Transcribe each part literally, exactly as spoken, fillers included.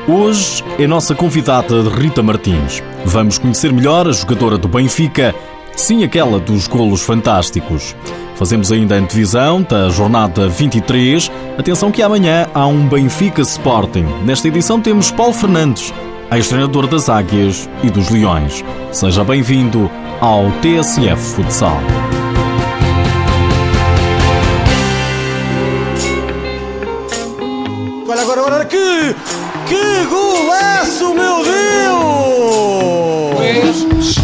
Hoje é nossa convidada Rita Martins. Vamos conhecer melhor a jogadora do Benfica, sim, aquela dos golos fantásticos. Fazemos ainda a antevisão da jornada vinte e três. Atenção que amanhã há um Benfica Sporting. Nesta edição temos Paulo Fernandes, ex-treinador das Águias e dos Leões. Seja bem-vindo ao T S F Futsal. Olha agora, olha que... Que golaço, meu Deus!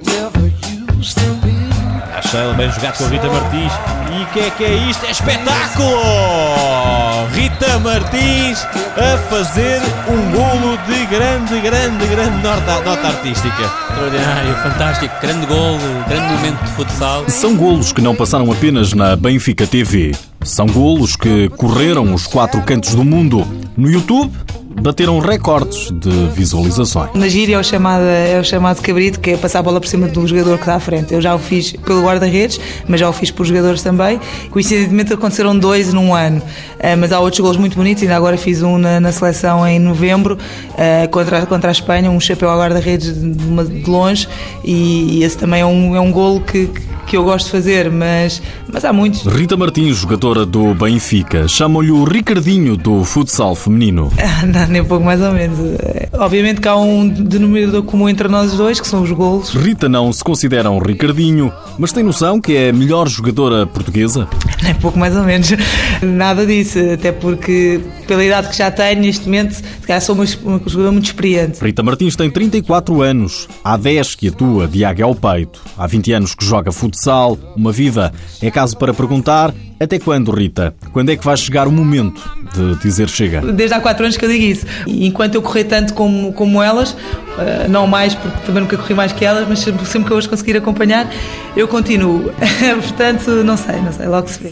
Achei bem jogado com a Rita Martins. E o que é que é isto? É espetáculo! Rita Martins a fazer um golo de grande, grande, grande nota, nota artística. Extraordinário, fantástico, grande golo, grande momento de futsal. São golos que não passaram apenas na Benfica T V. São golos que correram os quatro cantos do mundo. No YouTube, bateram recordes de visualizações. Na gíria é o chamado, é o chamado cabrito, que é passar a bola por cima do jogador que está à frente. Eu já o fiz pelo guarda-redes, mas já o fiz por jogadores também. Coincidentemente aconteceram dois num ano, mas há outros golos muito bonitos. Ainda agora fiz um na, na seleção em novembro, contra, contra a Espanha, um chapéu ao guarda-redes de, de longe, e, e esse também é um, é um golo que, que eu gosto de fazer, mas, mas há muitos. Rita Martins, jogadora do Benfica, chamam-lhe o Ricardinho do futsal feminino. Não, nem um pouco mais ou menos. Obviamente que há um denominador comum entre nós dois, que são os golos. Rita não se considera um Ricardinho, mas tem noção que é a melhor jogadora portuguesa? Nem um pouco mais ou menos. Nada disso, até porque pela idade que já tenho neste momento, se calhar sou uma, uma jogadora muito experiente. Rita Martins tem trinta e quatro anos, há dez que atua de águia ao peito, há vinte anos que joga futsal, uma vida. É caso para perguntar: até quando, Rita? Quando é que vai chegar o momento de dizer chega? Desde há quatro anos que eu digo isso. E enquanto eu correr tanto como, como elas, não mais, porque também nunca corri mais que elas, mas sempre, sempre que eu as conseguir acompanhar, eu continuo. Portanto, não sei, não sei, logo se vê.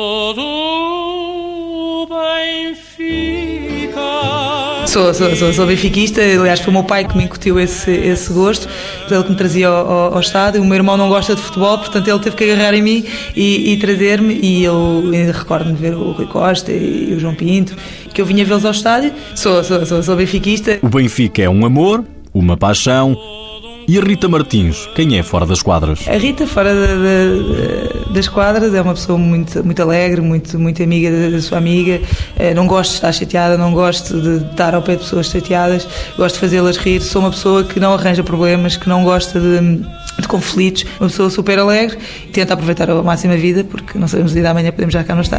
Sou, sou, sou, sou benfiquista, aliás foi o meu pai que me incutiu esse, esse gosto, ele que me trazia ao, ao, ao estádio. O meu irmão não gosta de futebol, portanto ele teve que agarrar em mim e, e trazer-me, e eu recordo-me de ver o Rui Costa e o João Pinto, que eu vinha vê-los ao estádio. Sou, sou, sou, sou benfiquista. O Benfica é um amor, uma paixão. E a Rita Martins, quem é fora das quadras? A Rita, fora da, da, das quadras, é uma pessoa muito, muito alegre, muito, muito amiga da sua amiga. Não gosto de estar chateada, não gosto de estar ao pé de pessoas chateadas, gosto de fazê-las rir. Sou uma pessoa que não arranja problemas, que não gosta de, de conflitos, uma pessoa super alegre e tenta aproveitar ao máximo a vida, porque não sabemos o dia da manhã, podemos já cá não estar.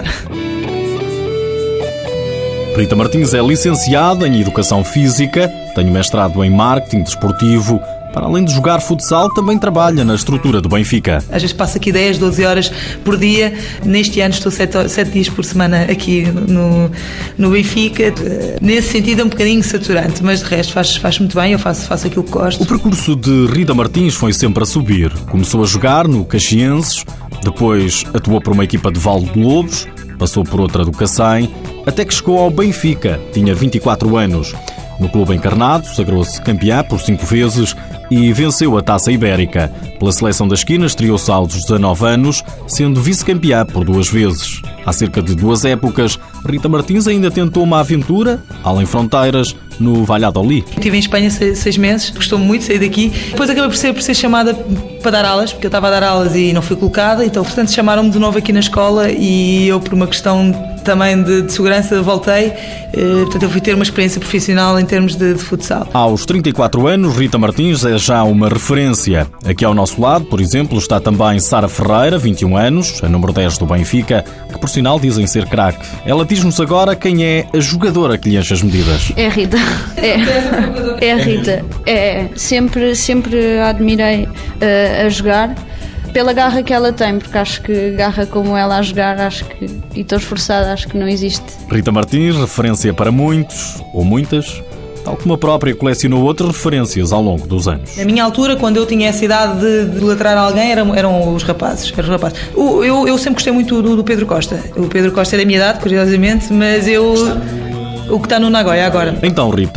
Rita Martins é licenciada em Educação Física, tem mestrado em Marketing Desportivo. Para além de jogar futsal, também trabalha na estrutura do Benfica. Às vezes passo aqui dez, doze horas por dia. Neste ano estou sete dias por semana aqui no, no Benfica. Nesse sentido é um bocadinho saturante, mas de resto faz, faz muito bem, eu faço, faço aquilo que gosto. O percurso de Rita Martins foi sempre a subir. Começou a jogar no Caxienses, depois atuou por uma equipa de Val de Lobos, passou por outra do Cacém, até que chegou ao Benfica, tinha vinte e quatro anos. No clube encarnado, sagrou-se campeã por cinco vezes e venceu a Taça Ibérica. Pela seleção das esquinas, estreou-se aos dezanove anos, sendo vice-campeã por duas vezes. Há cerca de duas épocas, Rita Martins ainda tentou uma aventura, além fronteiras, no Valladolid. Estive em Espanha seis, seis meses, gostou muito de sair daqui. Depois acabei por ser, por ser chamada para dar aulas, porque eu estava a dar aulas e não fui colocada, então portanto chamaram-me de novo aqui na escola e eu, por uma questão também de, de segurança, voltei. Eh, portanto eu fui ter uma experiência profissional em termos de, de futsal. Aos trinta e quatro anos, Rita Martins é já uma referência. Aqui ao nosso lado, por exemplo, está também Sara Ferreira, vinte e um anos, a número dez do Benfica, que por sinal dizem ser craque. Ela diz-nos agora quem é a jogadora que lhe enche as medidas. É a Rita. É, é a Rita. É, sempre, sempre a admirei uh, a jogar pela garra que ela tem, porque acho que garra como ela a jogar, acho que, e tão esforçada, acho que não existe. Rita Martins, referência para muitos, ou muitas, tal como a própria colecionou outras referências ao longo dos anos. Na minha altura, quando eu tinha essa idade de, de idolatrar alguém, eram, eram os rapazes. Eram os rapazes. O, eu, eu sempre gostei muito do, do Pedro Costa. O Pedro Costa é da minha idade, curiosamente, mas eu... O que está no Nagoya agora. Então, Rita,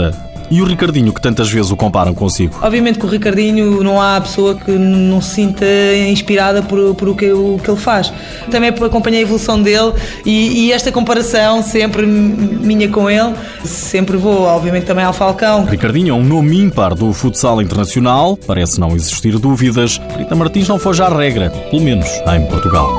E o Ricardinho, que tantas vezes o comparam consigo? Obviamente que o Ricardinho não há pessoa que não se sinta inspirada por, por o, que, o que ele faz. Também acompanhei a evolução dele e, e esta comparação sempre minha com ele, sempre vou, obviamente, também ao Falcão. Ricardinho é um nome ímpar do futsal internacional, parece não existir dúvidas. Rita Martins não foge à regra, pelo menos em Portugal.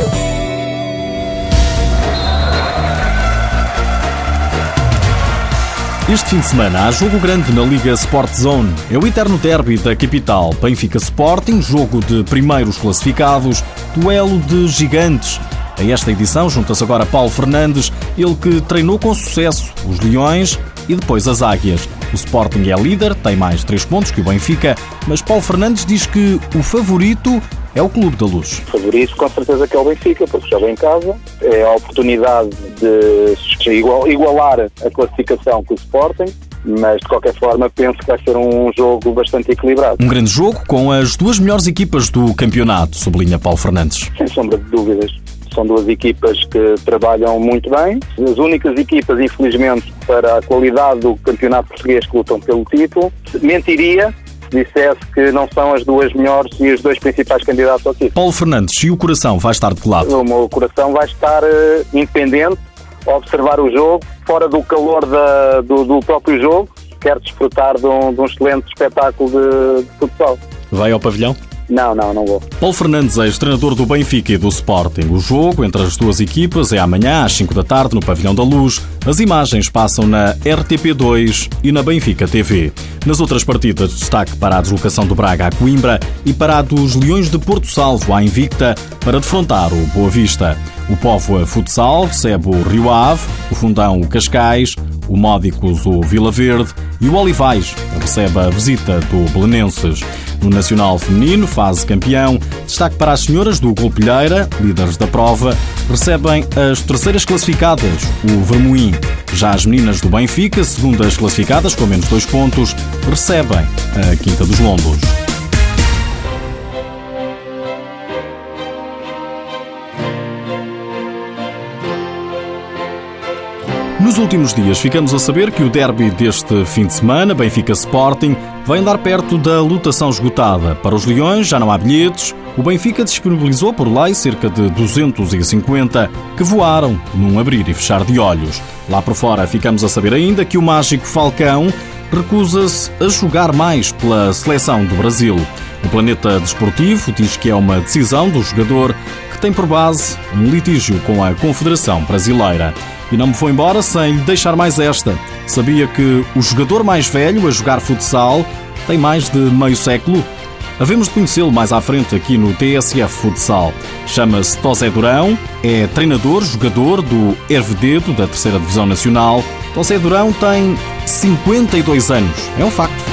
Este fim de semana há jogo grande na Liga Sport Zone. É o eterno derby da capital. Benfica Sporting, jogo de primeiros classificados, duelo de gigantes. A esta edição junta-se agora Paulo Fernandes, ele que treinou com sucesso os Leões e depois as Águias. O Sporting é líder, tem mais três pontos que o Benfica, mas Paulo Fernandes diz que o favorito é o Clube da Luz. O favorito com certeza que é o Benfica, porque joga em casa, é a oportunidade de igualar a classificação com o Sporting, mas de qualquer forma penso que vai ser um jogo bastante equilibrado. Um grande jogo com as duas melhores equipas do campeonato, sublinha Paulo Fernandes. Sem sombra de dúvidas. São duas equipas que trabalham muito bem. As únicas equipas, infelizmente, para a qualidade do campeonato português que lutam pelo título. Mentiria se dissesse que não são as duas melhores e os dois principais candidatos ao título. Paulo Fernandes, e o coração vai estar de que lado? O meu coração vai estar uh, independente, a observar o jogo, fora do calor da, do, do próprio jogo. Quero desfrutar de um, de um excelente espetáculo de, de futsal. Vai ao pavilhão? Não, não, não vou. Paulo Fernandes é ex-treinador do Benfica e do Sporting. O jogo entre as duas equipas é amanhã às cinco da tarde no Pavilhão da Luz. As imagens passam na R T P dois e na Benfica T V. Nas outras partidas, destaque para a deslocação do Braga a Coimbra e para a dos Leões de Porto Salvo à Invicta para defrontar o Boa Vista. O Póvoa Futsal recebe o Rio Ave, o Fundão o Cascais, o Módicos o Vila Verde e o Olivais recebe a visita do Belenenses. No Nacional Feminino, fase campeão, destaque para as senhoras do Golpilheira, líderes da prova, recebem as terceiras classificadas, o Vermoim. Já as meninas do Benfica, segundas classificadas com menos dois pontos, recebem a Quinta dos Lombos. Nos últimos dias ficamos a saber que o derby deste fim de semana, Benfica Sporting, vai andar perto da lotação esgotada. Para os Leões já não há bilhetes. O Benfica disponibilizou por lei cerca de duzentos e cinquenta que voaram num abrir e fechar de olhos. Lá por fora ficamos a saber ainda que o mágico Falcão recusa-se a jogar mais pela seleção do Brasil. O Planeta Desportivo diz que é uma decisão do jogador que tem por base um litígio com a Confederação Brasileira. E não me vou embora sem lhe deixar mais esta. Sabia que o jogador mais velho a jogar futsal tem mais de meio século? Havemos de conhecê-lo mais à frente aqui no T S F Futsal. Chama-se Tosé Durão, é treinador, jogador do Ervededo, da terceira Divisão Nacional. Tosé Durão tem cinquenta e dois anos. É um facto.